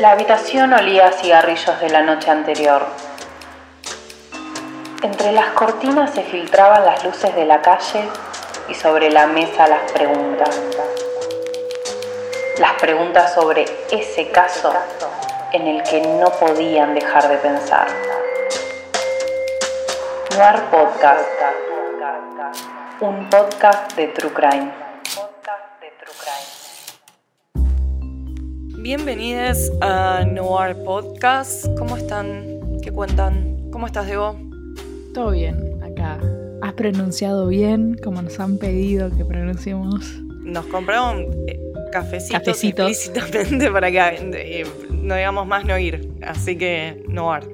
La habitación olía a cigarrillos de la noche anterior. Entre las cortinas se filtraban las luces de la calle y sobre la mesa las preguntas. Las preguntas sobre ese caso en el que no podían dejar de pensar. Noir Podcast, un podcast de True Crime. Bienvenidos a Noir Podcast. ¿Cómo están? ¿Qué cuentan? ¿Cómo estás, Diego? Todo bien, acá. ¿Has pronunciado bien como nos han pedido que pronunciemos? Nos compraron cafecitos explícitamente para que no digamos más no ir. Así que Noir.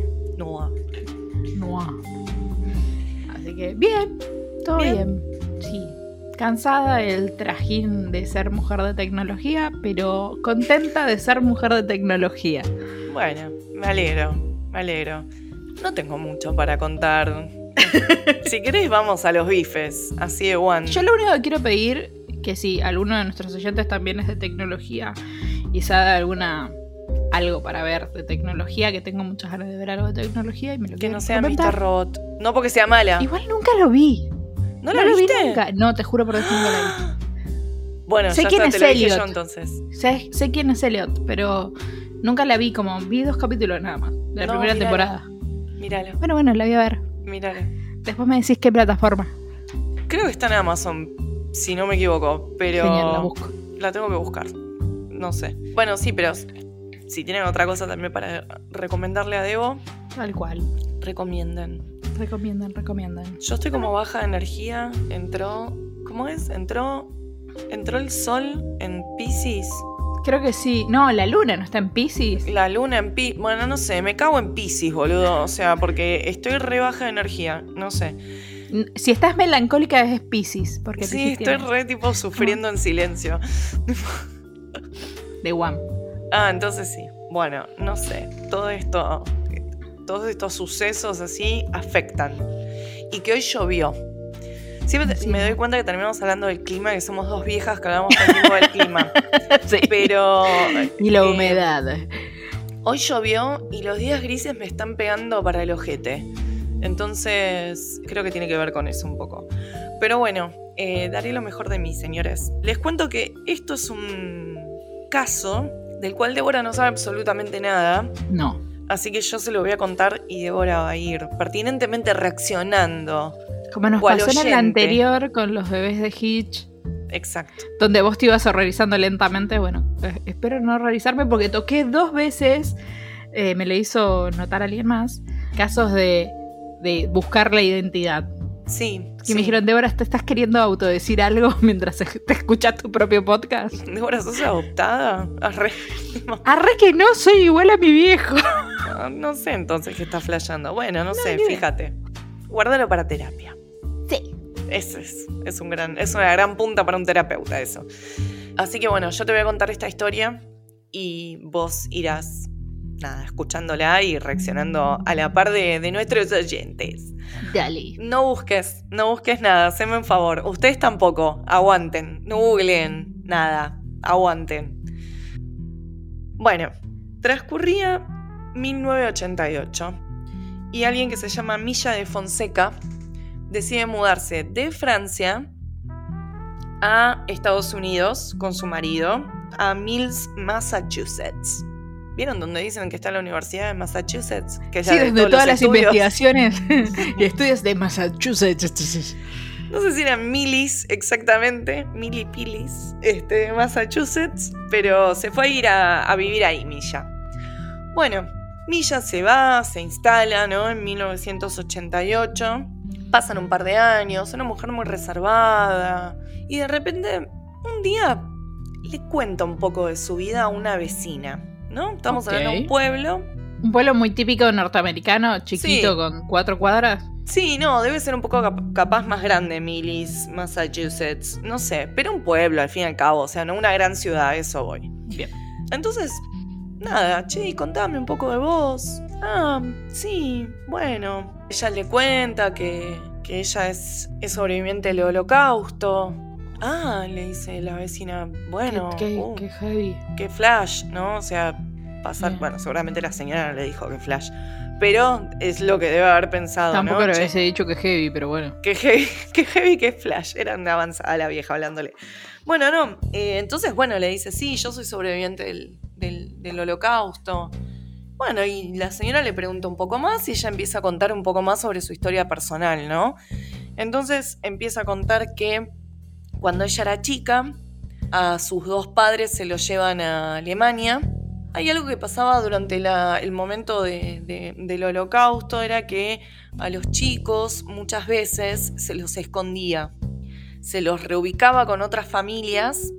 Así que bien, todo bien. Sí. Cansada del trajín de ser mujer de tecnología, pero contenta de ser mujer de tecnología. Bueno, me alegro. No tengo mucho para contar. Si querés vamos a los bifes, así de one. Yo lo único que quiero pedir, que si alguno de nuestros oyentes también es de tecnología y sabe algo para ver de tecnología, que tengo muchas ganas de ver algo de tecnología y me lo que quiero no sea comentar. Mr. Robot. No porque sea mala. Igual nunca lo vi. ¿No la viste? Vi nunca. No, te juro por Dios que nunca la vi. Bueno, sé ya quién está, es te lo dije Elliot. yo entonces. Sé quién es Elliot, pero nunca la vi, vi 2 capítulos nada más de la primera temporada. Míralo. Bueno, la voy a ver. Míralo. Después me decís qué plataforma. Creo que está en Amazon, si no me equivoco, pero genial, la busco. La tengo que buscar. No sé. Bueno, sí, pero si tienen otra cosa también para recomendarle a Debo, Tal cual. recomienden. Recomiendan. Yo estoy como baja de energía. ¿Cómo es? Entró el sol en Piscis. Creo que sí. No, la luna no está en Piscis. La luna en Piscis. Bueno, no sé, me cago en Piscis, boludo. O sea, porque estoy re baja de energía. No sé. Si estás melancólica es Piscis. Porque Sí, Piscis estoy tiene... re tipo sufriendo en silencio. De One. Ah, entonces sí. Bueno, no sé. Todos estos sucesos así afectan. Y que hoy llovió. Siempre me doy cuenta que terminamos hablando del clima, que somos 2 viejas que hablamos todo el tiempo del clima. Sí. Pero... Y la humedad. Hoy llovió y los días grises me están pegando para el ojete. Entonces, creo que tiene que ver con eso un poco. Pero bueno, daré lo mejor de mí, señores. Les cuento que esto es un caso del cual Débora no sabe absolutamente nada. No. Así que yo se lo voy a contar y Débora va a ir pertinentemente reaccionando. Como nos ¿Cuál pasó en el oyente? anterior con los bebés de Hitch. Exacto. Donde vos te ibas horrorizando lentamente. Bueno, espero no horrorizarme porque toqué 2 veces. Me lo hizo notar alguien más. Casos de buscar la identidad. Sí. Y me dijeron, Débora, ¿te estás queriendo autodecir algo mientras te escuchas tu propio podcast? Débora, ¿sos adoptada? Arre que no, soy igual a mi viejo. No sé entonces qué está flasheando. Bueno, no sé, fíjate. Guárdalo para terapia. Sí. Eso es una gran punta para un terapeuta eso. Así que bueno, yo te voy a contar esta historia y vos irás, escuchándola y reaccionando a la par de nuestros oyentes. Dale. No busques nada, haceme un favor. Ustedes tampoco, aguanten, no googleen nada, aguanten. Bueno, transcurría 1988 y alguien que se llama Milla de Fonseca decide mudarse de Francia a Estados Unidos con su marido, a Mills, Massachusetts. ¿Vieron donde dicen que está la Universidad de Massachusetts? Que Sí, desde todas las estudios. Investigaciones y estudios de Massachusetts. No sé si era Millis exactamente, Millipilis, de Massachusetts, pero se fue a ir a vivir ahí, Milla. Bueno, Milla se instala, ¿no? En 1988. Pasan un par de años, una mujer muy reservada. Y de repente, un día, le cuenta un poco de su vida a una vecina, ¿no? Estamos hablando de un pueblo. Un pueblo muy típico norteamericano, chiquito, Sí. Con 4 cuadras. Sí, no, debe ser un poco capaz más grande, Millis, Massachusetts. No sé, pero un pueblo al fin y al cabo, o sea, no una gran ciudad, eso voy. Bien. Entonces, che, contame un poco de vos. Sí, bueno. Ella le cuenta que ella es sobreviviente del Holocausto. Le dice la vecina, bueno, Qué heavy. qué flash, ¿no? O sea, pasar. Bueno, seguramente la señora no le dijo que flash, pero es lo que debe haber pensado. Tampoco ¿no? le hubiese dicho que heavy, pero bueno. Que heavy que flash. Era una avanzada la vieja hablándole. Bueno, no. Entonces, bueno, le dice, sí, yo soy sobreviviente del holocausto. Bueno, y la señora le pregunta un poco más y ella empieza a contar un poco más sobre su historia personal, ¿no? Entonces empieza a contar que cuando ella era chica, a sus 2 padres se los llevan a Alemania. Hay algo que pasaba durante el momento del holocausto, era que a los chicos muchas veces se los escondía, se los reubicaba con otras familias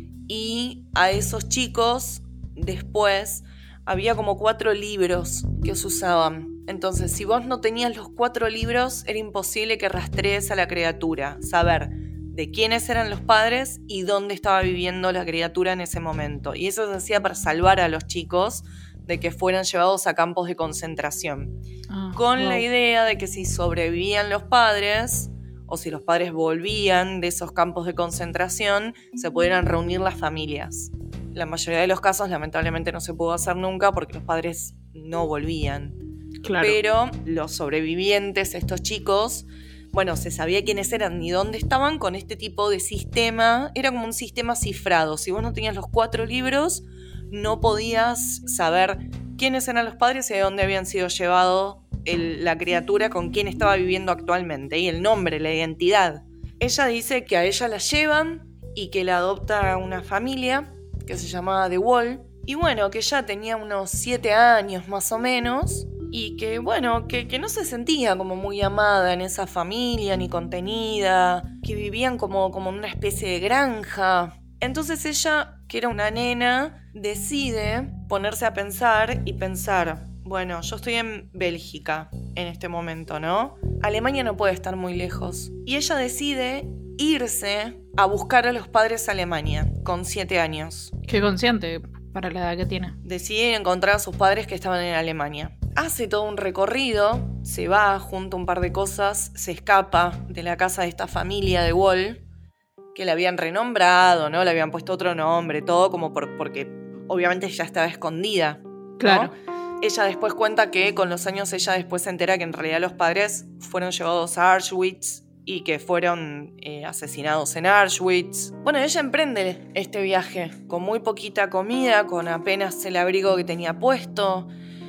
y a esos chicos después había como 4 libros que se usaban. Entonces, si vos no tenías los 4 libros, era imposible que rastrees a la criatura, saber de quiénes eran los padres y dónde estaba viviendo la criatura en ese momento. Y eso se hacía para salvar a los chicos de que fueran llevados a campos de concentración. Con la idea de que si sobrevivían los padres, o si los padres volvían de esos campos de concentración, se pudieran reunir las familias. La mayoría de los casos, lamentablemente, no se pudo hacer nunca porque los padres no volvían. Claro. Pero los sobrevivientes, estos chicos, bueno, se sabía quiénes eran ni dónde estaban con este tipo de sistema. Era como un sistema cifrado. Si vos no tenías los 4 libros, no podías saber quiénes eran los padres y de dónde habían sido llevados la criatura con quién estaba viviendo actualmente. Y el nombre, la identidad. Ella dice que a ella la llevan y que la adopta una familia que se llamaba The Wall. Y bueno, que ella tenía unos 7 años más o menos. Y que, bueno, que no se sentía como muy amada en esa familia, ni contenida, que vivían como en una especie de granja. Entonces ella, que era una nena, decide ponerse a pensar y pensar, bueno, yo estoy en Bélgica en este momento, ¿no? Alemania no puede estar muy lejos. Y ella decide irse a buscar a los padres a Alemania, con 7 años. Qué consciente para la edad que tiene. Decide encontrar a sus padres que estaban en Alemania. Hace todo un recorrido, se va, junta un par de cosas, se escapa de la casa de esta familia de Wall, que la habían renombrado, ¿no? Le habían puesto otro nombre, todo como porque obviamente ya estaba escondida, ¿no? Claro. Ella después cuenta que con los años ella después se entera que en realidad los padres fueron llevados a Auschwitz y que fueron asesinados en Auschwitz. Bueno, ella emprende este viaje con muy poquita comida, con apenas el abrigo que tenía puesto.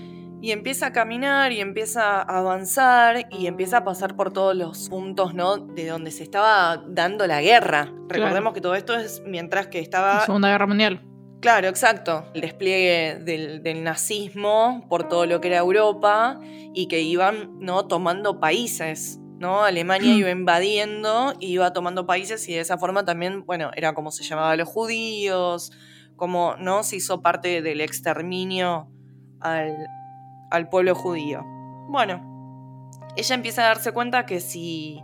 Y empieza a caminar y empieza a avanzar y empieza a pasar por todos los puntos, ¿no? De donde se estaba dando la guerra. Claro. Recordemos que todo esto es mientras que estaba... La Segunda Guerra Mundial. Claro, exacto. El despliegue del nazismo por todo lo que era Europa y que iban, ¿no? Tomando países, ¿no? Alemania iba invadiendo y iba tomando países y de esa forma también, bueno, era como se llamaba a los judíos, como, ¿no? Se hizo parte del exterminio al pueblo judío. Bueno, ella empieza a darse cuenta que si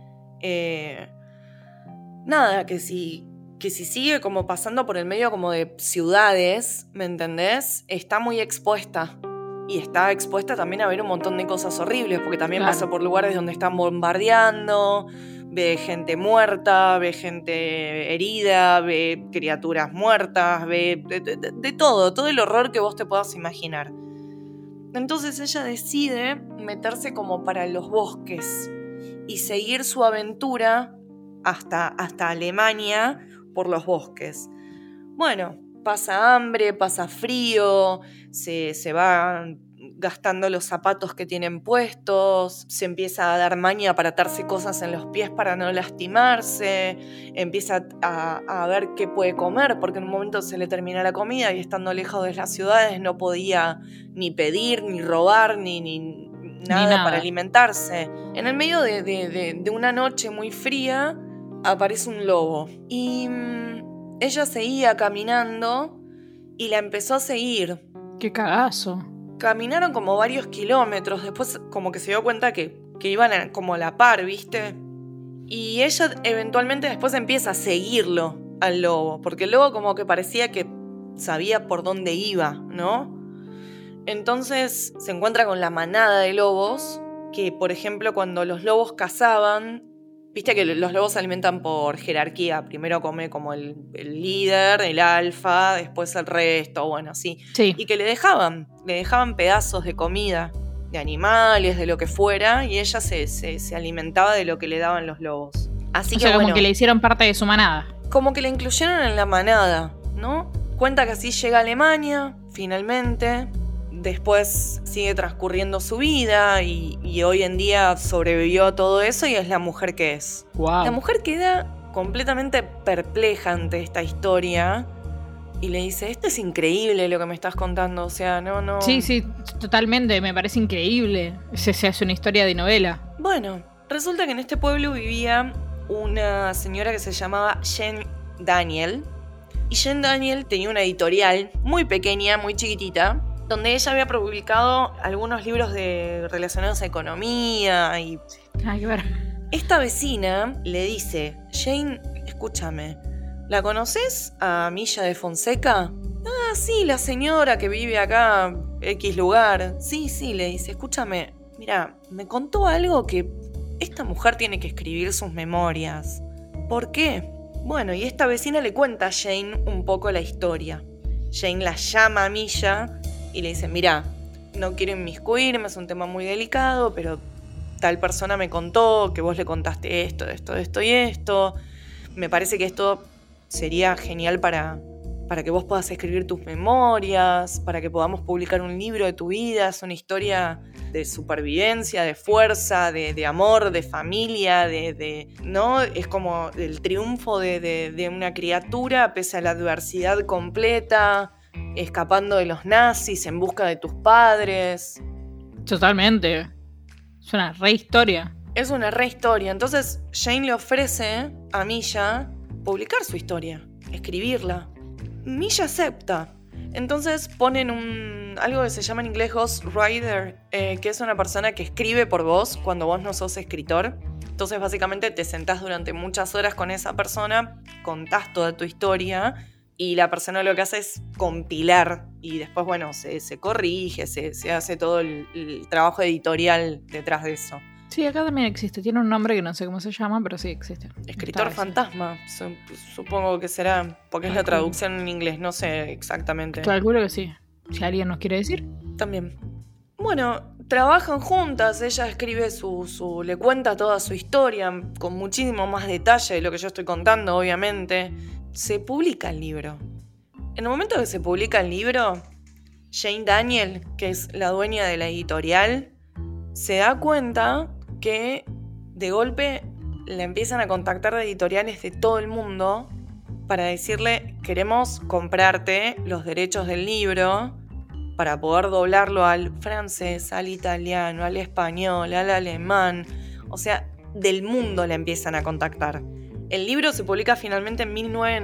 sigue como pasando por el medio como de ciudades, ¿me entendés? Está muy expuesta. Y está expuesta también a ver un montón de cosas horribles, porque también pasa por lugares donde están bombardeando, ve gente muerta, ve gente herida, ve criaturas muertas, ve de todo el horror que vos te puedas imaginar. Entonces ella decide meterse como para los bosques y seguir su aventura hasta Alemania por los bosques. Bueno, pasa hambre, pasa frío, se van gastando los zapatos que tienen puestos, se empieza a dar maña para atarse cosas en los pies para no lastimarse, empieza a ver qué puede comer, porque en un momento se le termina la comida y estando lejos de las ciudades no podía ni pedir, ni robar, ni nada para alimentarse. En el medio de una noche muy fría aparece un lobo y ella seguía caminando y la empezó a seguir. ¡Qué cagazo! Caminaron como varios kilómetros, después como que se dio cuenta que iban como a la par, ¿viste? Y ella eventualmente después empieza a seguirlo al lobo, porque el lobo como que parecía que sabía por dónde iba, ¿no? Entonces se encuentra con la manada de lobos, que por ejemplo cuando los lobos cazaban, Viste que los lobos se alimentan por jerarquía. Primero come como el líder, el alfa, después el resto, bueno, así. Sí. Y que le dejaban pedazos de comida, de animales, de lo que fuera, y ella se alimentaba de lo que le daban los lobos. Así O que sea, como bueno, que le hicieron parte de su manada. como que la incluyeron en la manada, ¿no? Cuenta que así llega a Alemania, finalmente. Después sigue transcurriendo su vida y hoy en día sobrevivió a todo eso y es la mujer que es. Wow. La mujer queda completamente perpleja ante esta historia y le dice, esto es increíble lo que me estás contando, o sea, no... Sí, totalmente, me parece increíble. Se hace una historia de novela. Bueno, resulta que en este pueblo vivía una señora que se llamaba Jane Daniel. Y Jane Daniel tenía una editorial muy pequeña, muy chiquitita, donde ella había publicado algunos libros relacionados a economía y... Hay que ver. Esta vecina le dice, Jane, escúchame, ¿la conoces a Milla de Fonseca? Ah, sí, la señora que vive acá, X lugar. Sí, le dice, escúchame, mira, me contó algo que esta mujer tiene que escribir sus memorias. ¿Por qué? Bueno, y esta vecina le cuenta a Jane un poco la historia. Jane la llama a Milla y le dice, mira, no quiero inmiscuirme, es un tema muy delicado, pero tal persona me contó que vos le contaste esto y esto. Me parece que esto sería genial para que vos puedas escribir tus memorias, para que podamos publicar un libro de tu vida. Es una historia de supervivencia, de fuerza, de amor, de familia, ¿no? Es como el triunfo de una criatura pese a la adversidad completa, escapando de los nazis en busca de tus padres. Totalmente. Es una re historia. Es una re historia. Entonces Jane le ofrece a Milla publicar su historia, escribirla. Milla acepta. Entonces ponen algo que se llama en inglés ghostwriter, que es una persona que escribe por vos cuando vos no sos escritor. Entonces básicamente te sentás durante muchas horas con esa persona, contás toda tu historia y la persona lo que hace es compilar y después, bueno, se corrige, se hace todo el trabajo editorial detrás de eso. Sí, acá también existe. Tiene un nombre que no sé cómo se llama, pero sí existe. Escritor fantasma, supongo que será, porque es la traducción en inglés, no sé exactamente. Calculo que sí. Si alguien nos quiere decir. También. Bueno, trabajan juntas, ella escribe le cuenta toda su historia con muchísimo más detalle de lo que yo estoy contando, obviamente. Se publica el libro. En el momento que se publica el libro, Jane Daniel, que es la dueña de la editorial, se da cuenta que de golpe la empiezan a contactar de editoriales de todo el mundo para decirle, queremos comprarte los derechos del libro para poder doblarlo al francés, al italiano, al español, al alemán. O sea, del mundo la empiezan a contactar. El libro se publica finalmente en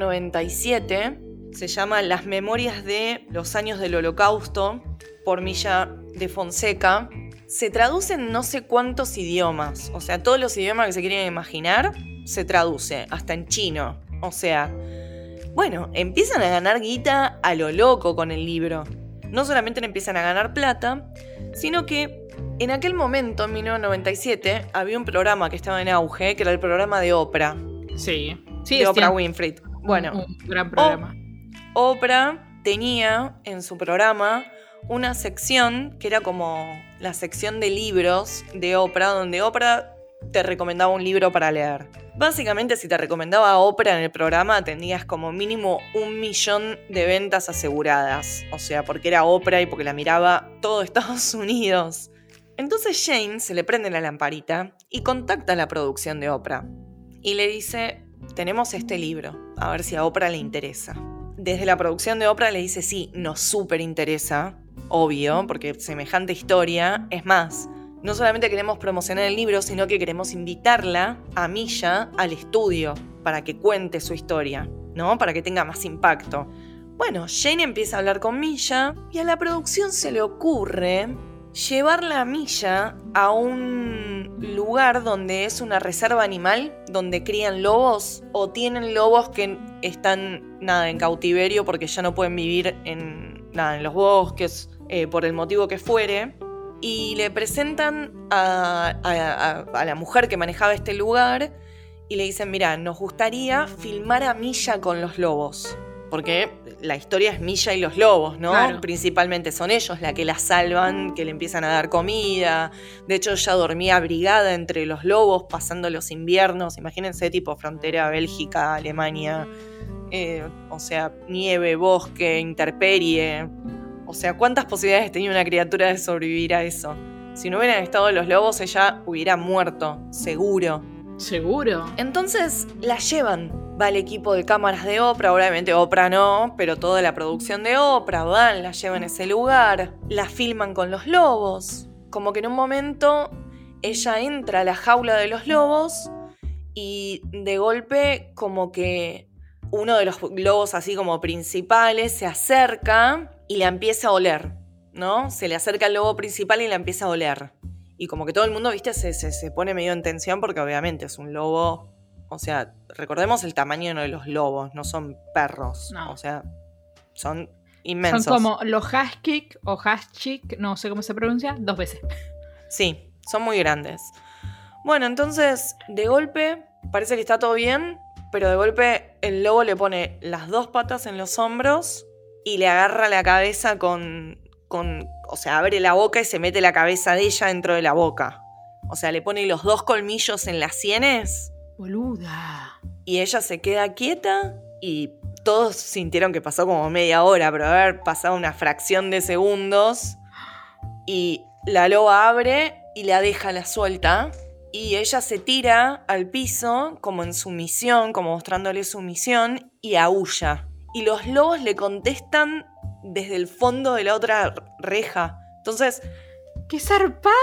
1997. Se llama Las Memorias de los Años del Holocausto por Milla de Fonseca. Se traduce en no sé cuántos idiomas. O sea, todos los idiomas que se quieren imaginar se traduce, hasta en chino. O sea, bueno, empiezan a ganar guita a lo loco con el libro. No solamente le empiezan a ganar plata, sino que en aquel momento, en 1997, había un programa que estaba en auge, que era el programa de Oprah. Sí, de Oprah Winfrey. Bueno, un gran programa. Oprah tenía en su programa una sección que era como la sección de libros de Oprah, donde Oprah te recomendaba un libro para leer. Básicamente, si te recomendaba a Oprah en el programa, tendrías como mínimo 1 millón de ventas aseguradas. O sea, porque era Oprah y porque la miraba todo Estados Unidos. Entonces Jane se le prende la lamparita y contacta a la producción de Oprah. Y le dice, tenemos este libro, a ver si a Oprah le interesa. Desde la producción de Oprah le dice, sí, nos súper interesa, obvio, porque semejante historia. Es más, no solamente queremos promocionar el libro, sino que queremos invitarla a Milla al estudio para que cuente su historia, ¿no? Para que tenga más impacto. Bueno, Jane empieza a hablar con Milla y a la producción se le ocurre llevarla a Milla a un lugar donde es una reserva animal, donde crían lobos o tienen lobos que están en cautiverio porque ya no pueden vivir en los bosques, por el motivo que fuere. Y le presentan a la mujer que manejaba este lugar y le dicen, mira, nos gustaría filmar a Milla con los lobos. Porque la historia es Milla y los lobos, ¿no? Claro. Principalmente son ellos la que la salvan, que le empiezan a dar comida. De hecho, ella dormía abrigada entre los lobos, pasando los inviernos. Imagínense, tipo frontera Bélgica, Alemania. O sea, nieve, bosque, intemperie. O sea, ¿cuántas posibilidades tenía una criatura de sobrevivir a eso? Si no hubieran estado los lobos, ella hubiera muerto, seguro. ¿Seguro? Entonces la llevan. Va el equipo de cámaras de Oprah, obviamente Oprah no, pero toda la producción de Oprah van, la llevan a ese lugar, la filman con los lobos. Como que en un momento ella entra a la jaula de los lobos y de golpe como que uno de los lobos así como principales se acerca y la empieza a oler, ¿no? Se le acerca al lobo principal y la empieza a oler. Y como que todo el mundo, viste, se pone medio en tensión porque obviamente es un lobo. O sea, recordemos el tamaño de los lobos, no son perros. No. O sea, son inmensos. Son como los husky o huskik, no sé cómo se pronuncia, 2 veces. Sí, son muy grandes. Bueno, entonces, de golpe, parece que está todo bien, pero de golpe el lobo le pone las 2 patas en los hombros y le agarra la cabeza o sea, abre la boca y se mete la cabeza de ella dentro de la boca. O sea, le pone los 2 colmillos en las sienes. Boluda. Y ella se queda quieta y todos sintieron que pasó como media hora, pero haber pasado una fracción de segundos. Y la loba abre y la deja, la suelta. Y ella se tira al piso como en sumisión, como mostrándole sumisión, y aúlla. Y los lobos le contestan desde el fondo de la otra reja. Entonces, ¡qué zarpado!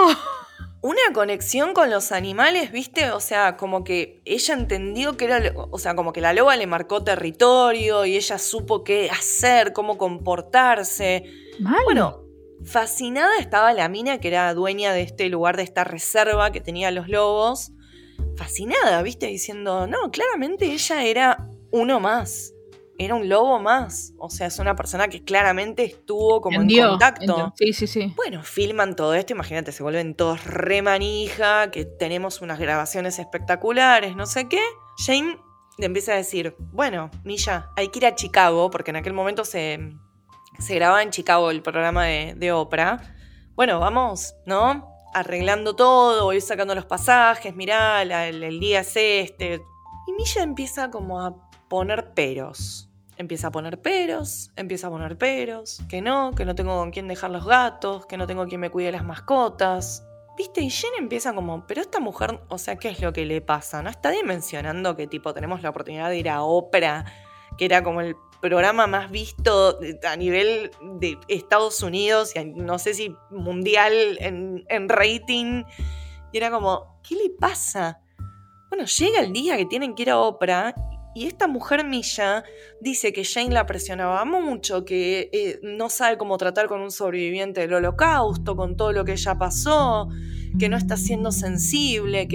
una conexión con los animales, ¿viste? O sea, como que ella entendió que era... O sea, como que la loba le marcó territorio y ella supo qué hacer, cómo comportarse. Mal. Bueno, fascinada estaba la mina que era dueña de este lugar, de esta reserva que tenía los lobos. Fascinada, ¿viste? Diciendo, no, claramente ella era uno más. Era un lobo más. O sea, es una persona que claramente estuvo como en contacto. Sí. Bueno, filman todo esto, imagínate, se vuelven todos re manija, que tenemos unas grabaciones espectaculares, no sé qué. Jane le empieza a decir, bueno, Milla, hay que ir a Chicago, porque en aquel momento se grababa en Chicago el programa de Oprah. Bueno, vamos, ¿no? Arreglando todo, voy sacando los pasajes, mirá, el día es este. Y Milla empieza como a poner peros. Empieza a poner peros, que no tengo con quién dejar los gatos, que no tengo quien me cuide las mascotas. ¿Viste? Y Jane empieza como, pero esta mujer, o sea, ¿qué es lo que le pasa? ¿No está dimensionando que tipo tenemos la oportunidad de ir a Oprah, que era como el programa más visto a nivel de Estados Unidos y no sé si mundial en rating? Y era como, ¿qué le pasa? Bueno, llega el día que tienen que ir a Oprah. Y esta mujer Milla dice que Jane la presionaba mucho, que no sabe cómo tratar con un sobreviviente del Holocausto, con todo lo que ella pasó, que no está siendo sensible,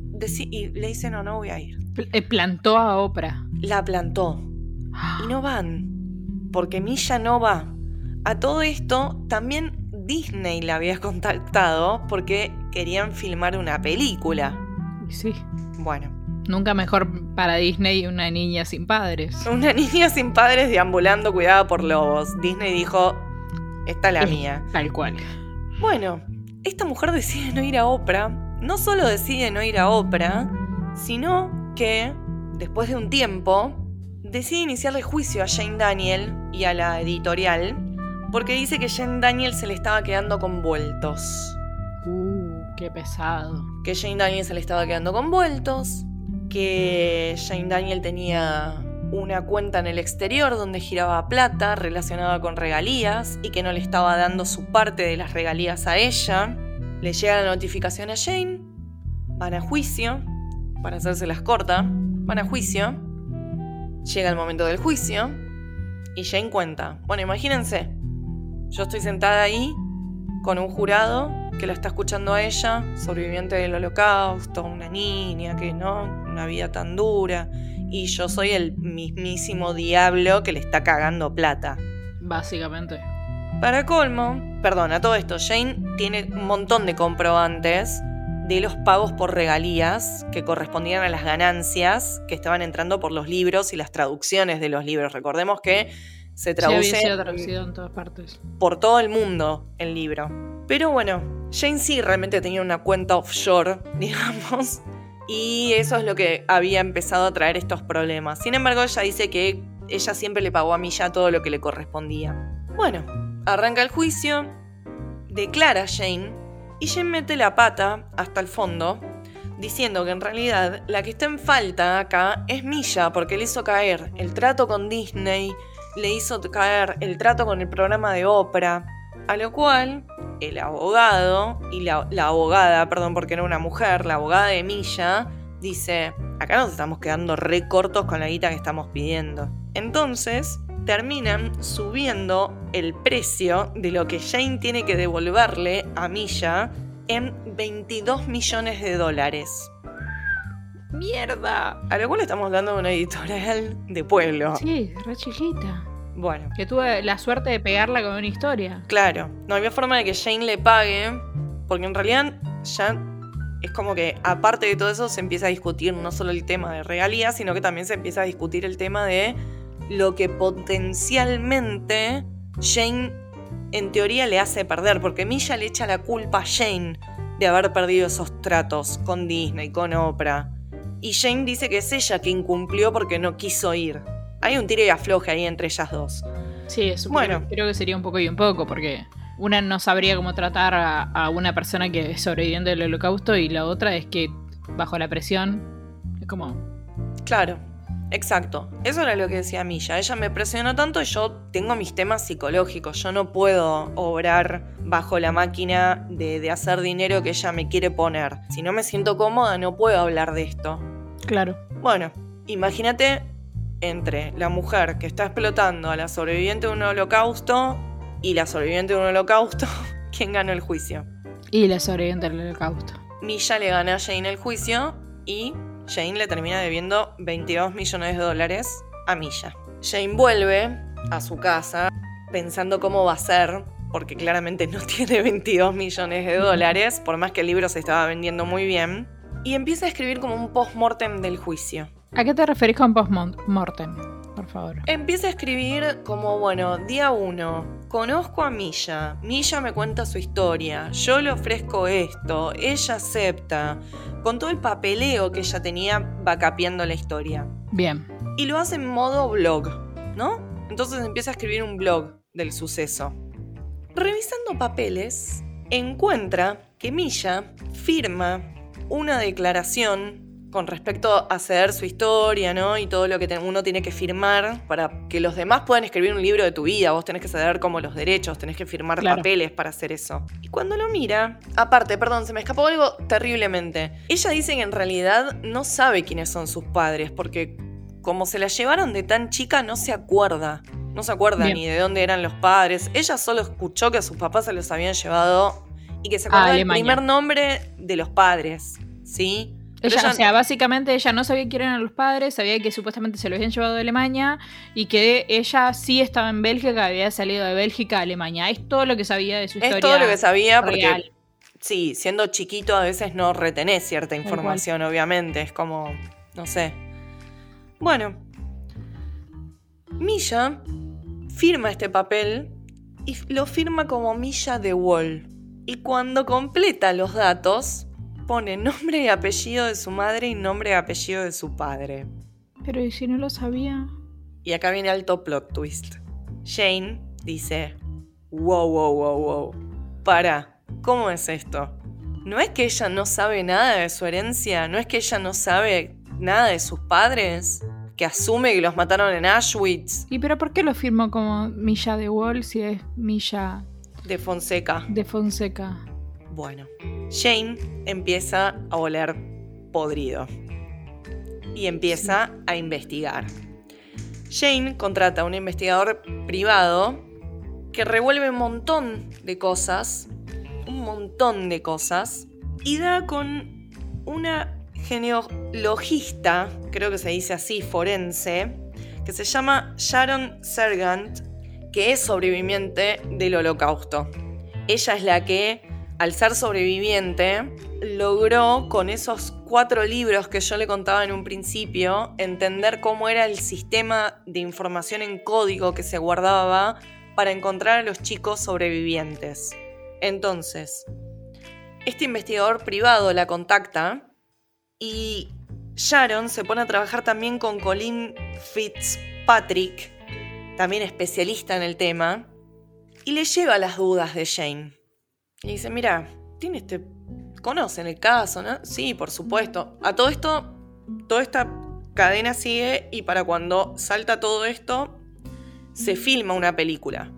y le dice, no voy a ir. Plantó a Oprah. La plantó. Y no van, porque Milla no va. A todo esto, también Disney la había contactado porque querían filmar una película. Sí. Bueno. Nunca mejor para Disney una niña sin padres. Una niña sin padres deambulando cuidada por lobos. Disney dijo, esta es la mía. Tal cual. Bueno, esta mujer decide no ir a Oprah. No solo decide no ir a Oprah, sino que, después de un tiempo, decide iniciarle juicio a Jane Daniel y a la editorial, porque dice que Jane Daniel se le estaba quedando con vueltos. Qué pesado. Que Jane Daniel se le estaba quedando con vueltos, que Jane Daniel tenía una cuenta en el exterior donde giraba plata relacionada con regalías y que no le estaba dando su parte de las regalías a ella. Le llega la notificación a Jane, van a juicio, para hacérselas corta, van a juicio, llega el momento del juicio y Jane cuenta. Bueno, imagínense, yo estoy sentada ahí con un jurado que la está escuchando a ella, sobreviviente del Holocausto, una niña que no, una vida tan dura, y yo soy el mismísimo diablo que le está cagando plata. Básicamente. Para colmo, perdón, a todo esto, Jane tiene un montón de comprobantes de los pagos por regalías que correspondían a las ganancias que estaban entrando por los libros y las traducciones de los libros. Recordemos que se traduce había sido traducido en todas partes. Por todo el mundo el libro. Pero bueno, Jane sí realmente tenía una cuenta offshore, digamos, y eso es lo que había empezado a traer estos problemas. Sin embargo, ella dice que ella siempre le pagó a Milla todo lo que le correspondía. Bueno, arranca el juicio, declara Jane, y Jane mete la pata hasta el fondo, diciendo que en realidad la que está en falta acá es Milla, porque le hizo caer el trato con Disney, le hizo caer el trato con el programa de Oprah, a lo cual el abogado y la abogada, perdón, porque era una mujer, la abogada de Milla, dice, acá nos estamos quedando re cortos con la guita que estamos pidiendo. Entonces terminan subiendo el precio de lo que Jane tiene que devolverle a Milla en $22 millones. ¡Mierda! A lo cual estamos hablando de una editorial de pueblo. Sí, re chiquita. Bueno. Que tuve la suerte de pegarla con una historia. Claro, no había forma de que Jane le pague, porque en realidad ya es como que aparte de todo eso se empieza a discutir no solo el tema de regalías, sino que también se empieza a discutir el tema de lo que potencialmente Jane en teoría le hace perder, porque Milla le echa la culpa a Jane de haber perdido esos tratos con Disney, con Oprah. Y Jane dice que es ella que incumplió porque no quiso ir. Hay un tire y afloje ahí entre ellas dos. Sí, eso bueno, creo que sería un poco y un poco, porque una no sabría cómo tratar a una persona que es sobreviviente del holocausto y la otra es que bajo la presión es como... Claro, exacto. Eso era lo que decía Milla. Ella me presionó tanto y yo tengo mis temas psicológicos. Yo no puedo obrar bajo la máquina de hacer dinero que ella me quiere poner. Si no me siento cómoda, no puedo hablar de esto. Claro. Bueno, imagínate entre la mujer que está explotando a la sobreviviente de un holocausto y la sobreviviente de un holocausto, ¿quién ganó el juicio? Y la sobreviviente del holocausto. Milla le gana a Jane el juicio y Jane le termina debiendo $22 millones a Milla. Jane vuelve a su casa pensando cómo va a ser, porque claramente no tiene $22 millones, por más que el libro se estaba vendiendo muy bien, y empieza a escribir como un post-mortem del juicio. ¿A qué te referís con post-mortem? Por favor. Empieza a escribir como, bueno, día 1, conozco a Milla, Milla me cuenta su historia, yo le ofrezco esto, ella acepta, con todo el papeleo que ella tenía va capeando la historia. Bien. Y lo hace en modo blog, ¿no? Entonces empieza a escribir un blog del suceso. Revisando papeles, encuentra que Milla firma una declaración con respecto a ceder su historia, ¿no? Y todo lo que uno tiene que firmar para que los demás puedan escribir un libro de tu vida. Vos tenés que ceder como los derechos, tenés que firmar papeles para hacer eso. Y cuando lo mira, aparte, perdón, se me escapó algo terriblemente. Ella dice que en realidad no sabe quiénes son sus padres, porque como se la llevaron de tan chica, no se acuerda. No se acuerda ni de dónde eran los padres. Ella solo escuchó que a sus papás se los habían llevado y que se acordaba del primer nombre de los padres, ¿sí? Ella, o sea, básicamente ella no sabía quién eran los padres, sabía que supuestamente se los habían llevado de Alemania y que ella sí estaba en Bélgica, había salido de Bélgica a Alemania. Es todo lo que sabía de su historia. Es todo lo que sabía porque, real. Sí, siendo chiquito a veces no retenés cierta información, obviamente. Es como, no sé. Bueno, Milla firma este papel y lo firma como Milla de Wall. Y cuando completa los datos, pone nombre y apellido de su madre y nombre y apellido de su padre. Pero ¿y si no lo sabía? Y acá viene alto plot twist. Jane dice, wow. Para, ¿cómo es esto? ¿No es que ella no sabe nada de su herencia? ¿No es que ella no sabe nada de sus padres? ¿Que asume que los mataron en Auschwitz? ¿Y pero por qué lo firmó como Milla de Wall si es Milla de Fonseca? De Fonseca. Bueno, Jane empieza a oler podrido y empieza a investigar. Jane contrata a un investigador privado que revuelve un montón de cosas, y da con una genealogista, creo que se dice así, forense, que se llama Sharon Sergant, que es sobreviviente del Holocausto. Ella es la que al ser sobreviviente, logró con esos 4 libros que yo le contaba en un principio, entender cómo era el sistema de información en código que se guardaba para encontrar a los chicos sobrevivientes. Entonces, este investigador privado la contacta y Sharon se pone a trabajar también con Colin Fitzpatrick, también especialista en el tema, y le lleva las dudas de Jane. Le dice, mira, conocen el caso, ¿no? Sí, por supuesto. A todo esto, toda esta cadena sigue y para cuando salta todo esto, se filma una película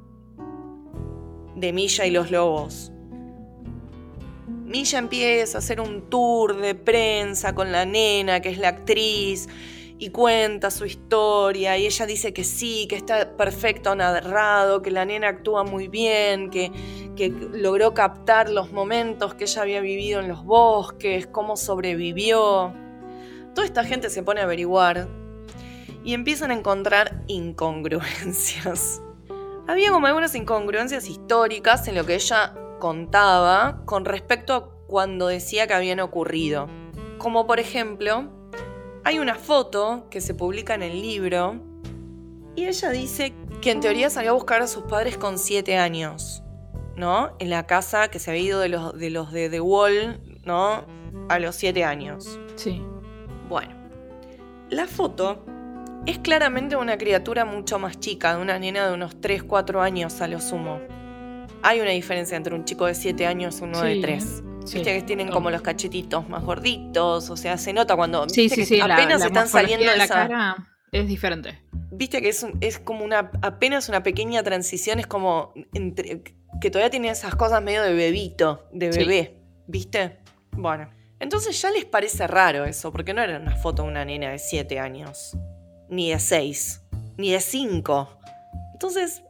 de Milla y los lobos. Milla empieza a hacer un tour de prensa con la nena, que es la actriz, y cuenta su historia, y ella dice que sí, que está perfecto narrado, que la nena actúa muy bien, que logró captar los momentos que ella había vivido en los bosques, cómo sobrevivió. Toda esta gente se pone a averiguar y empiezan a encontrar incongruencias. Había como algunas incongruencias históricas en lo que ella contaba con respecto a cuando decía que habían ocurrido. Como por ejemplo, hay una foto que se publica en el libro y ella dice que en teoría salió a buscar a sus padres con 7 años, ¿no? En la casa que se había ido de los de The Wall, ¿no? A los 7 años. Sí. Bueno, la foto es claramente una criatura mucho más chica, de una nena de unos 3, 4 años a lo sumo. Hay una diferencia entre un chico de 7 años y uno de 3. Sí. Viste que tienen como los cachetitos más gorditos, o sea, se nota cuando Sí, apenas la están saliendo de la esa cara es diferente. Viste que es como apenas una pequeña transición, es como que todavía tiene esas cosas medio de bebito, de bebé, ¿viste? Bueno, entonces ya les parece raro eso, porque no era una foto de una nena de 7 años, ni de 6, ni de 5. Entonces,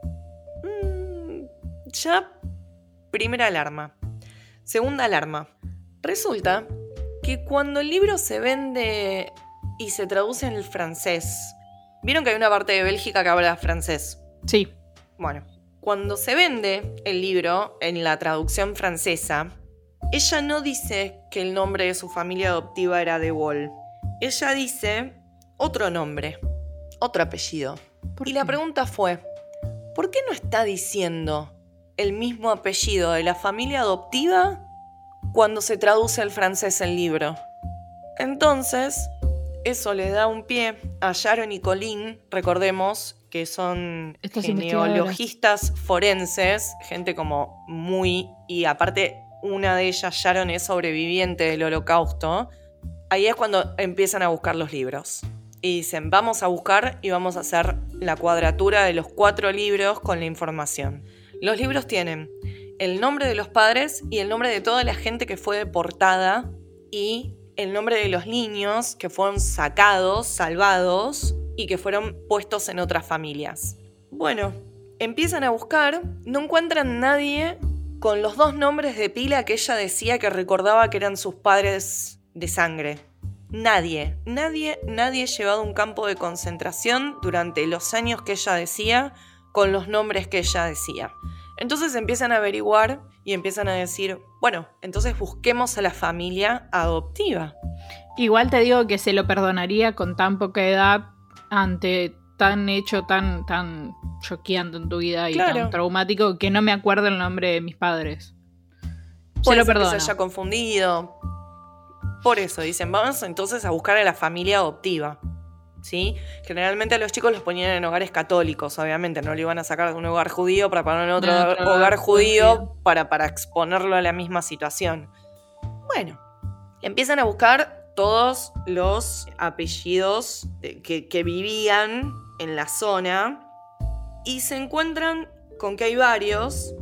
ya primera alarma. Segunda alarma. Resulta que cuando el libro se vende y se traduce en el francés, ¿vieron que hay una parte de Bélgica que habla francés? Sí. Bueno, cuando se vende el libro en la traducción francesa, ella no dice que el nombre de su familia adoptiva era De Wall. Ella dice otro nombre, otro apellido. Y la pregunta fue, ¿por qué no está diciendo el mismo apellido de la familia adoptiva cuando se traduce al francés el libro? Entonces, eso le da un pie a Sharon y Colin, recordemos que son genealogistas forenses, gente como muy... Y aparte, una de ellas, Sharon, es sobreviviente del Holocausto. Ahí es cuando empiezan a buscar los libros. Y dicen, vamos a buscar y vamos a hacer la cuadratura de los 4 libros con la información. Los libros tienen el nombre de los padres y el nombre de toda la gente que fue deportada y el nombre de los niños que fueron sacados, salvados y que fueron puestos en otras familias. Bueno, empiezan a buscar, no encuentran nadie con los 2 nombres de pila que ella decía que recordaba que eran sus padres de sangre. Nadie llevado a un campo de concentración durante los años que ella decía con los nombres que ella decía. Entonces empiezan a averiguar y empiezan a decir, bueno, entonces busquemos a la familia adoptiva. Igual te digo que se lo perdonaría con tan poca edad ante tan hecho tan choqueante en tu vida y tan traumático que no me acuerdo el nombre de mis padres. Se lo perdono. Que se haya confundido. Por eso dicen, vamos entonces a buscar a la familia adoptiva. ¿Sí? Generalmente a los chicos los ponían en hogares católicos, obviamente, no lo iban a sacar de un hogar judío para poner en otro hogar judío para exponerlo a la misma situación. Bueno, empiezan a buscar todos los apellidos que vivían en la zona y se encuentran con que hay varios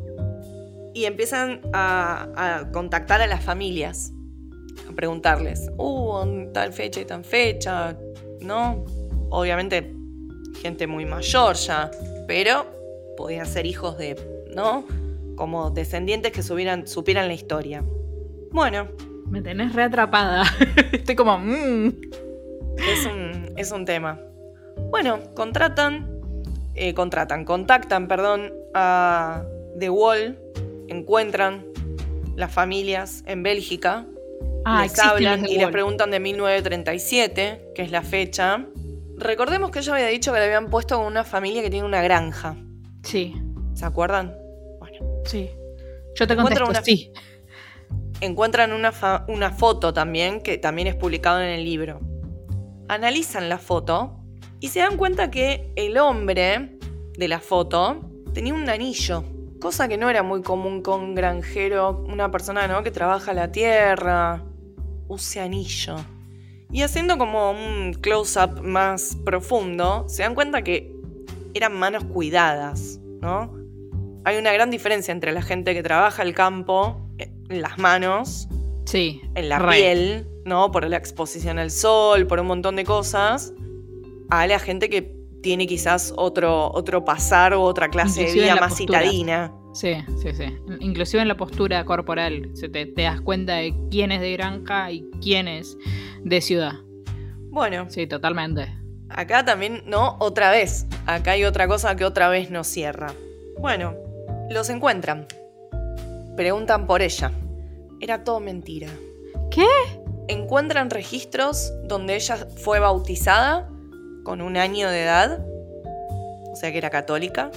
y empiezan a contactar a las familias, a preguntarles, tal fecha y tal fecha, ¿no? Obviamente gente muy mayor ya, pero podían ser hijos de, ¿no? Como descendientes que supieran la historia. Bueno. Me tenés reatrapada. Estoy como... Es un tema. Bueno, contactan a The Wall, encuentran las familias en Bélgica. Les existen hablan los de y les Wall. preguntan de 1937, que es la fecha. Recordemos que ella había dicho que le habían puesto con una familia que tiene una granja. Sí, ¿Se acuerdan? Bueno, sí. Yo te Encuentro contesto, una- sí. encuentran una foto también, que también es publicada en el libro. Analizan la foto y se dan cuenta que el hombre de la foto tenía un anillo, cosa que no era muy común con un granjero, una persona, ¿no?, que trabaja la tierra, use anillo. Y haciendo como un close-up más profundo, se dan cuenta que eran manos cuidadas, ¿no? Hay una gran diferencia entre la gente que trabaja el campo, en las manos, Sí. en la re. piel, ¿no? Por la exposición al sol, por un montón de cosas, a la gente que tiene quizás otro pasar o otra clase Inclusive de vida en la más postura. citadina. Sí. Inclusive en la postura corporal te das cuenta de quién es de granja y quién es de ciudad. Bueno, Sí, totalmente. acá también, ¿no? Otra vez. Acá hay otra cosa que otra vez nos cierra. Bueno, los encuentran. Preguntan por ella. Era todo mentira. ¿Qué? Encuentran registros donde ella fue bautizada con 1 año de edad, o sea que era católica.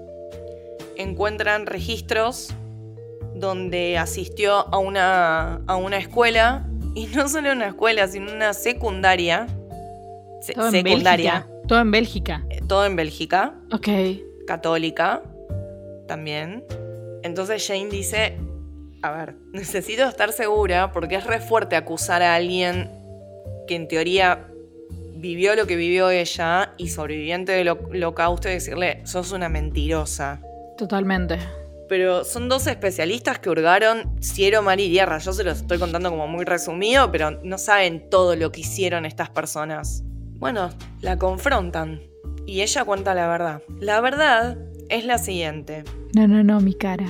Encuentran registros donde asistió a una escuela, y no solo una escuela, sino una secundaria. Todo en Secundaria. Bélgica. Todo en Bélgica. Todo en Bélgica, Ok. católica también. Entonces Jane dice, a ver, necesito estar segura porque es re fuerte acusar a alguien que en teoría vivió lo que vivió ella y sobreviviente del holocausto y decirle, sos una mentirosa. Totalmente. Pero son 2 especialistas que hurgaron cielo, mar y tierra. Yo se los estoy contando como muy resumido, pero no saben todo lo que hicieron estas personas. Bueno, la confrontan y ella cuenta la verdad. La verdad es la siguiente. No, mi cara.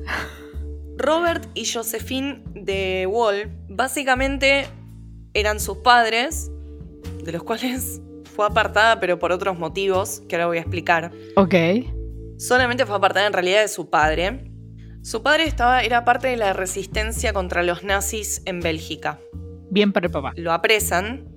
Robert y Josephine de Wall básicamente eran sus padres, de los cuales fue apartada, pero por otros motivos que ahora voy a explicar. Ok. Solamente fue apartada en realidad de su padre. Su padre era parte de la resistencia contra los nazis en Bélgica. Bien para el papá. Lo apresan,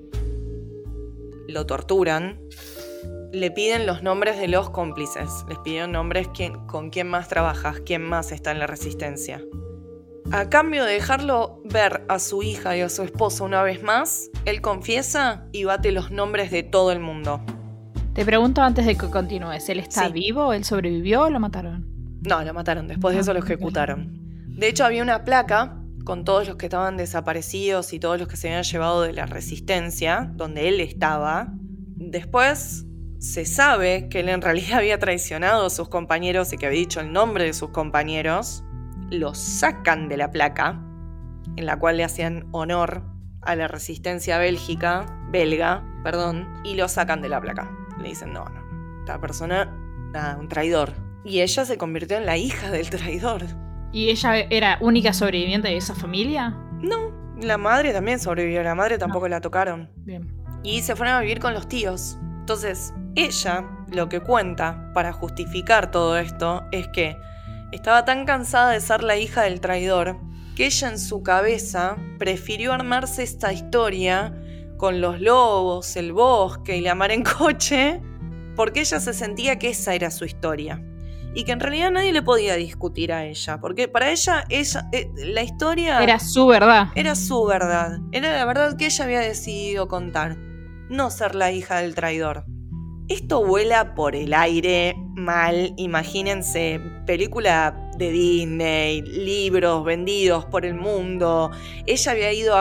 lo torturan, le piden los nombres de los cómplices, les pidieron nombres con quién más trabajas, quién más está en la resistencia. A cambio de dejarlo ver a su hija y a su esposa una vez más, él confiesa y bate los nombres de todo el mundo. Te pregunto antes de que continúes, ¿él está Sí. vivo? ¿Él sobrevivió o lo mataron? No, lo mataron, después de eso lo ejecutaron. De hecho, había una placa con todos los que estaban desaparecidos y todos los que se habían llevado de la resistencia, donde él estaba. Después se sabe que él en realidad había traicionado a sus compañeros y que había dicho el nombre de sus compañeros. Lo sacan de la placa, en la cual le hacían honor a la resistencia belga, y lo sacan de la placa. Le dicen, no, esta persona, nada, un traidor. Y ella se convirtió en la hija del traidor. ¿Y ella era única sobreviviente de esa familia? No, la madre también sobrevivió, la madre tampoco la tocaron. Bien. Y se fueron a vivir con los tíos. Entonces, ella lo que cuenta para justificar todo esto es que estaba tan cansada de ser la hija del traidor que ella en su cabeza prefirió armarse esta historia con los lobos, el bosque y la mar en coche, porque ella se sentía que esa era su historia. Y que en realidad nadie le podía discutir a ella, porque para ella la historia Era su verdad. era su verdad. Era la verdad que ella había decidido contar, no ser la hija del traidor. Esto vuela por el aire mal, imagínense, película de Disney, libros vendidos por el mundo. Ella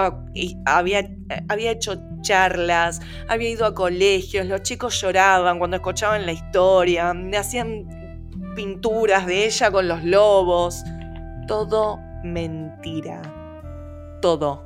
había hecho charlas, había ido a colegios, los chicos lloraban cuando escuchaban la historia, hacían pinturas de ella con los lobos. Todo mentira. Todo.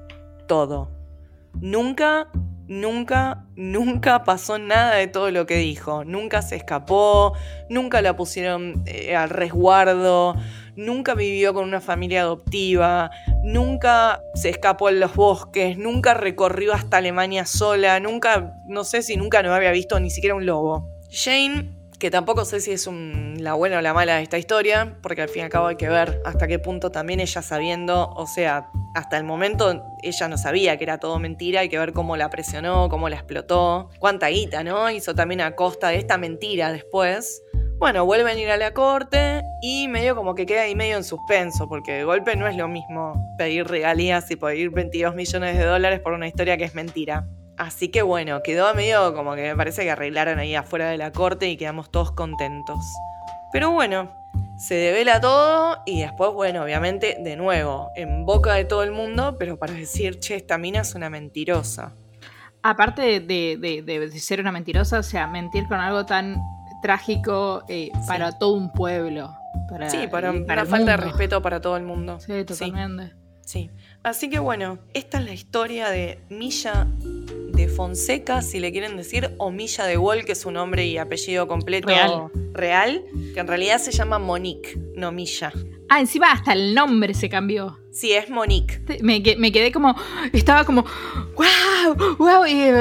Nunca pasó nada de todo lo que dijo. Nunca se escapó, nunca la pusieron al resguardo, nunca vivió con una familia adoptiva, nunca se escapó en los bosques, nunca recorrió hasta Alemania sola, no sé si nunca no había visto ni siquiera un lobo. Jane que tampoco sé si es la buena o la mala de esta historia, porque al fin y al cabo hay que ver hasta qué punto también ella sabiendo, o sea, hasta el momento ella no sabía que era todo mentira, hay que ver cómo la presionó, cómo la explotó, cuánta guita, ¿no? Hizo también a costa de esta mentira después. Bueno, vuelven a ir a la corte y medio como que queda ahí medio en suspenso, porque de golpe no es lo mismo pedir regalías y pedir $22 millones por una historia que es mentira. Así que bueno, quedó medio como que me parece que arreglaron ahí afuera de la corte y quedamos todos contentos. Pero bueno, se devela todo y después, bueno, obviamente, de nuevo, en boca de todo el mundo, pero para decir, che, esta mina es una mentirosa. Aparte de ser una mentirosa, o sea, mentir con algo tan trágico para todo un pueblo. Para una falta de respeto para todo el mundo. Sí, totalmente. Sí. Así que bueno, esta es la historia de Milla de Fonseca, si le quieren decir, o Milla de Wall, que es su nombre y apellido completo real, que en realidad se llama Monique, no Milla. Ah, encima hasta el nombre se cambió. Sí, es Monique. Me quedé como, estaba como, wow.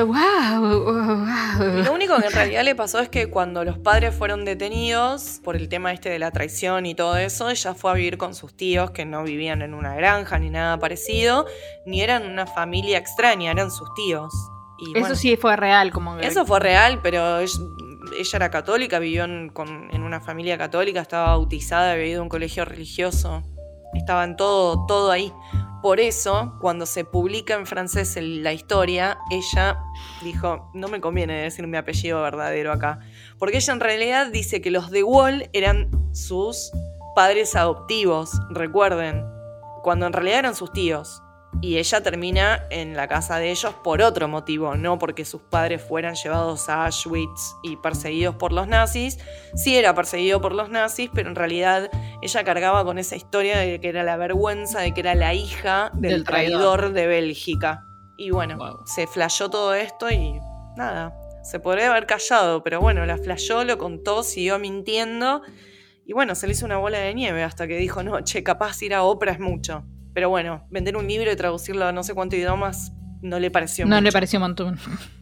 Lo único que en realidad le pasó es que cuando los padres fueron detenidos por el tema de la traición y todo eso, ella fue a vivir con sus tíos que no vivían en una granja ni nada parecido, ni eran una familia extraña, eran sus tíos. Y eso bueno, sí fue real, como que... Eso fue real, pero ella era católica, vivió en una familia católica, estaba bautizada, había ido a un colegio religioso, estaban todo ahí. Por eso, cuando se publica en francés la historia, ella dijo, no me conviene decir mi apellido verdadero acá. Porque ella en realidad dice que los de Wall eran sus padres adoptivos, recuerden, cuando en realidad eran sus tíos. Y ella termina en la casa de ellos por otro motivo, no porque sus padres fueran llevados a Auschwitz y perseguidos por los nazis. Sí era perseguido por los nazis, pero en realidad ella cargaba con esa historia de que era la vergüenza de que era la hija del traidor de Bélgica. Y bueno, se flashó todo esto y nada, se podría haber callado, pero bueno, la flashó, lo contó, siguió mintiendo y bueno, se le hizo una bola de nieve hasta que dijo, no, che, capaz ir a Oprah es mucho. Pero bueno, vender un libro y traducirlo a no sé cuántos idiomas no le pareció mucho. No le pareció un montón.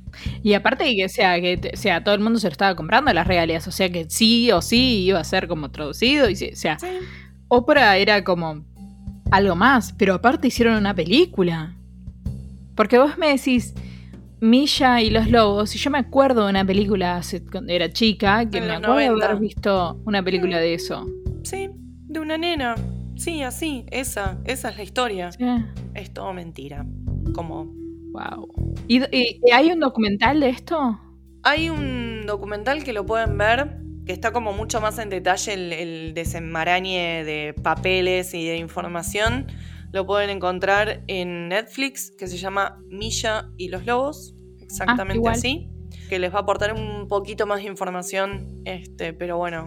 Y aparte de que todo el mundo se lo estaba comprando las regalías, o sea que sí o sí iba a ser como traducido. Y sí. Oprah era como algo más, pero aparte hicieron una película. Porque vos me decís Milla y los lobos, y yo me acuerdo de una película cuando era chica, que me acuerdo de haber visto una película de eso. Sí, de una nena. Sí, así, esa es la historia. Sí. Es todo mentira. Como... Wow. ¿Y hay un documental de esto? Hay un documental que lo pueden ver, que está como mucho más en detalle el desenmarañe de papeles y de información. Lo pueden encontrar en Netflix, que se llama Milla y los lobos. Exactamente así. Que les va a aportar un poquito más de información, pero bueno...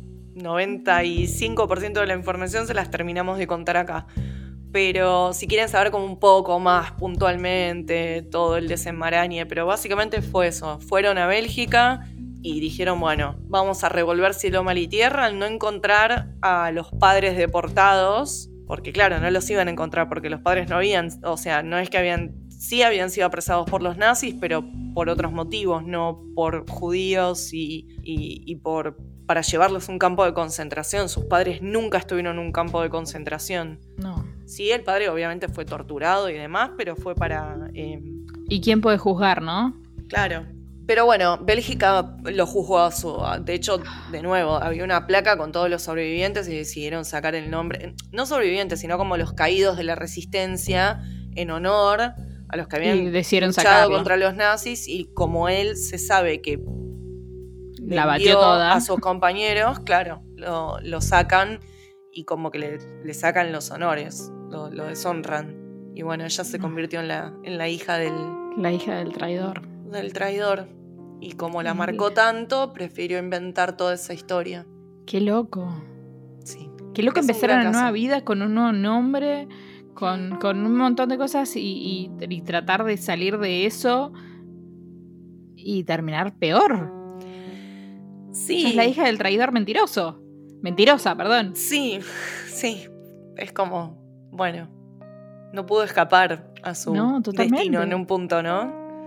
95% de la información se las terminamos de contar acá. Pero si quieren saber como un poco más puntualmente todo el desenmarañe, pero básicamente fue eso. Fueron a Bélgica y dijeron, bueno, vamos a revolver cielo, mar y tierra al no encontrar a los padres deportados, porque claro, no los iban a encontrar porque los padres no habían, o sea, no es que habían sido apresados por los nazis, pero por otros motivos, no por judíos y para llevarlos a un campo de concentración. Sus padres nunca estuvieron en un campo de concentración. No. Sí, el padre obviamente fue torturado y demás, pero fue para... ¿Y quién puede juzgar, no? Claro. Pero bueno, Bélgica lo juzgó de hecho, de nuevo, había una placa con todos los sobrevivientes y decidieron sacar el nombre, no sobrevivientes, sino como los caídos de la resistencia, en honor a los que habían luchado contra los nazis, y como él se sabe que la batió toda a sus compañeros, claro, lo sacan y como que le sacan los honores, lo deshonran. Y bueno, ella se convirtió en la hija del... La hija del traidor. Del traidor. Y como la marcó tanto, prefirió inventar toda esa historia. Qué loco. Sí. Qué loco empezar una nueva vida con un nuevo nombre, con un montón de cosas y tratar de salir de eso y terminar peor. Sí. Es la hija del traidor mentiroso. Mentirosa, perdón. Sí. Es como, bueno, no pudo escapar a su destino en un punto, ¿no?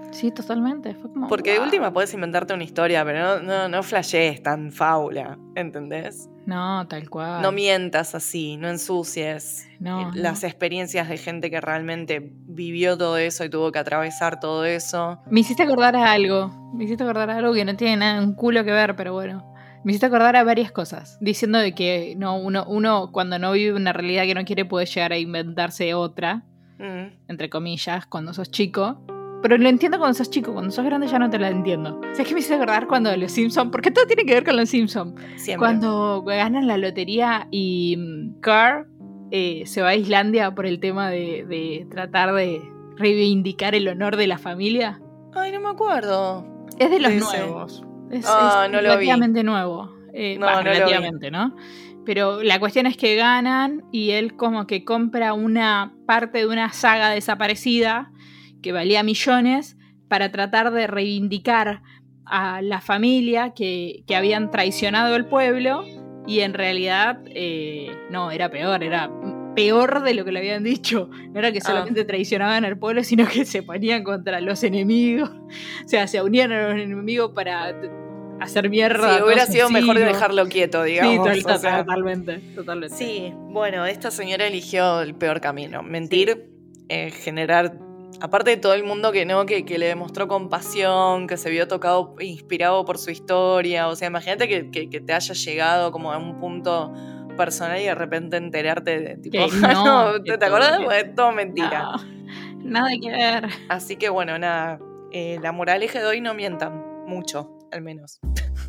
Sí, totalmente. Fue como, Porque de wow. última podés inventarte una historia, pero no flashees tan fábula, ¿entendés? No, tal cual. No mientas así, no ensucies las no. experiencias de gente que realmente vivió todo eso y tuvo que atravesar todo eso. Me hiciste acordar a algo que no tiene nada, un culo que ver, pero bueno. Me hiciste acordar a varias cosas, diciendo de que no, uno cuando no vive una realidad que no quiere puede llegar a inventarse otra, entre comillas, cuando sos chico. Pero lo entiendo cuando sos chico, cuando sos grande ya no te la entiendo. ¿Sabes qué me hiciste acordar cuando los Simpsons? Porque todo tiene que ver con los Simpsons. Siempre. Cuando ganan la lotería y Carl se va a Islandia por el tema de tratar de reivindicar el honor de la familia. Ay, no me acuerdo. Es de los nuevos. Es no lo vi. relativamente nuevo. No relativamente, ¿no? Pero la cuestión es que ganan y él como que compra una parte de una saga desaparecida que valía millones para tratar de reivindicar a la familia que habían traicionado el pueblo, y en realidad no, era peor de lo que le habían dicho. No era que solamente traicionaban al pueblo, sino que se ponían contra los enemigos. O sea, se unían a los enemigos para hacer mierda. Sí, hubiera sido mejor dejarlo quieto, digamos. Sí, totalmente. Sí, bueno, esta señora eligió el peor camino. Mentir, generar... Aparte de todo el mundo que le demostró compasión, que se vio tocado, inspirado por su historia. O sea, imagínate que te haya llegado como a un punto personal y de repente enterarte de tipo... ¿Te acordás? Pues, todo mentira. No, nada que ver. Así que bueno, nada. La moraleja de hoy: no mientan. Mucho, al menos.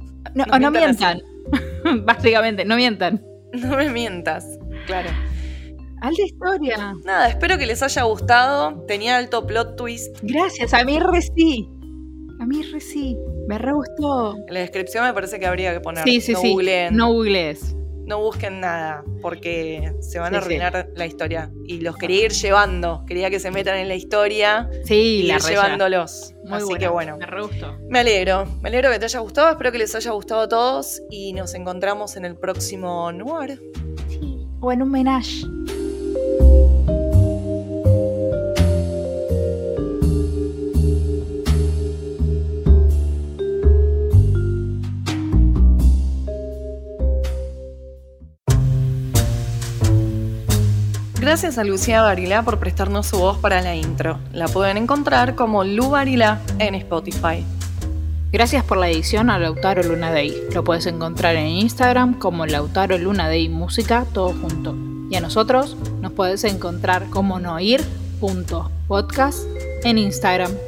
No mientan. Básicamente, no mientan. No me mientas, claro. Alta historia. Nada, espero que les haya gustado. Tenía alto plot twist. Gracias, a mí re sí. Me re gustó. En la descripción me parece que habría que poner. Sí. Googleen. No googlees. No busquen nada, porque se van a arruinar la historia. Y los quería ir llevando. Quería que se metan en la historia. Sí, y ir llevándolos. Muy Así buena. que bueno. Me re gustó. Me alegro que te haya gustado. Espero que les haya gustado a todos. Y nos encontramos en el próximo Noir. Sí. O en un menage. Gracias a Lucía Barilá por prestarnos su voz para la intro. La pueden encontrar como Lu Barilá en Spotify. Gracias por la edición a Lautaro Luna Day. Lo puedes encontrar en Instagram como Lautaro Luna Day Música, todo junto. Y a nosotros nos puedes encontrar como noir.podcast en Instagram.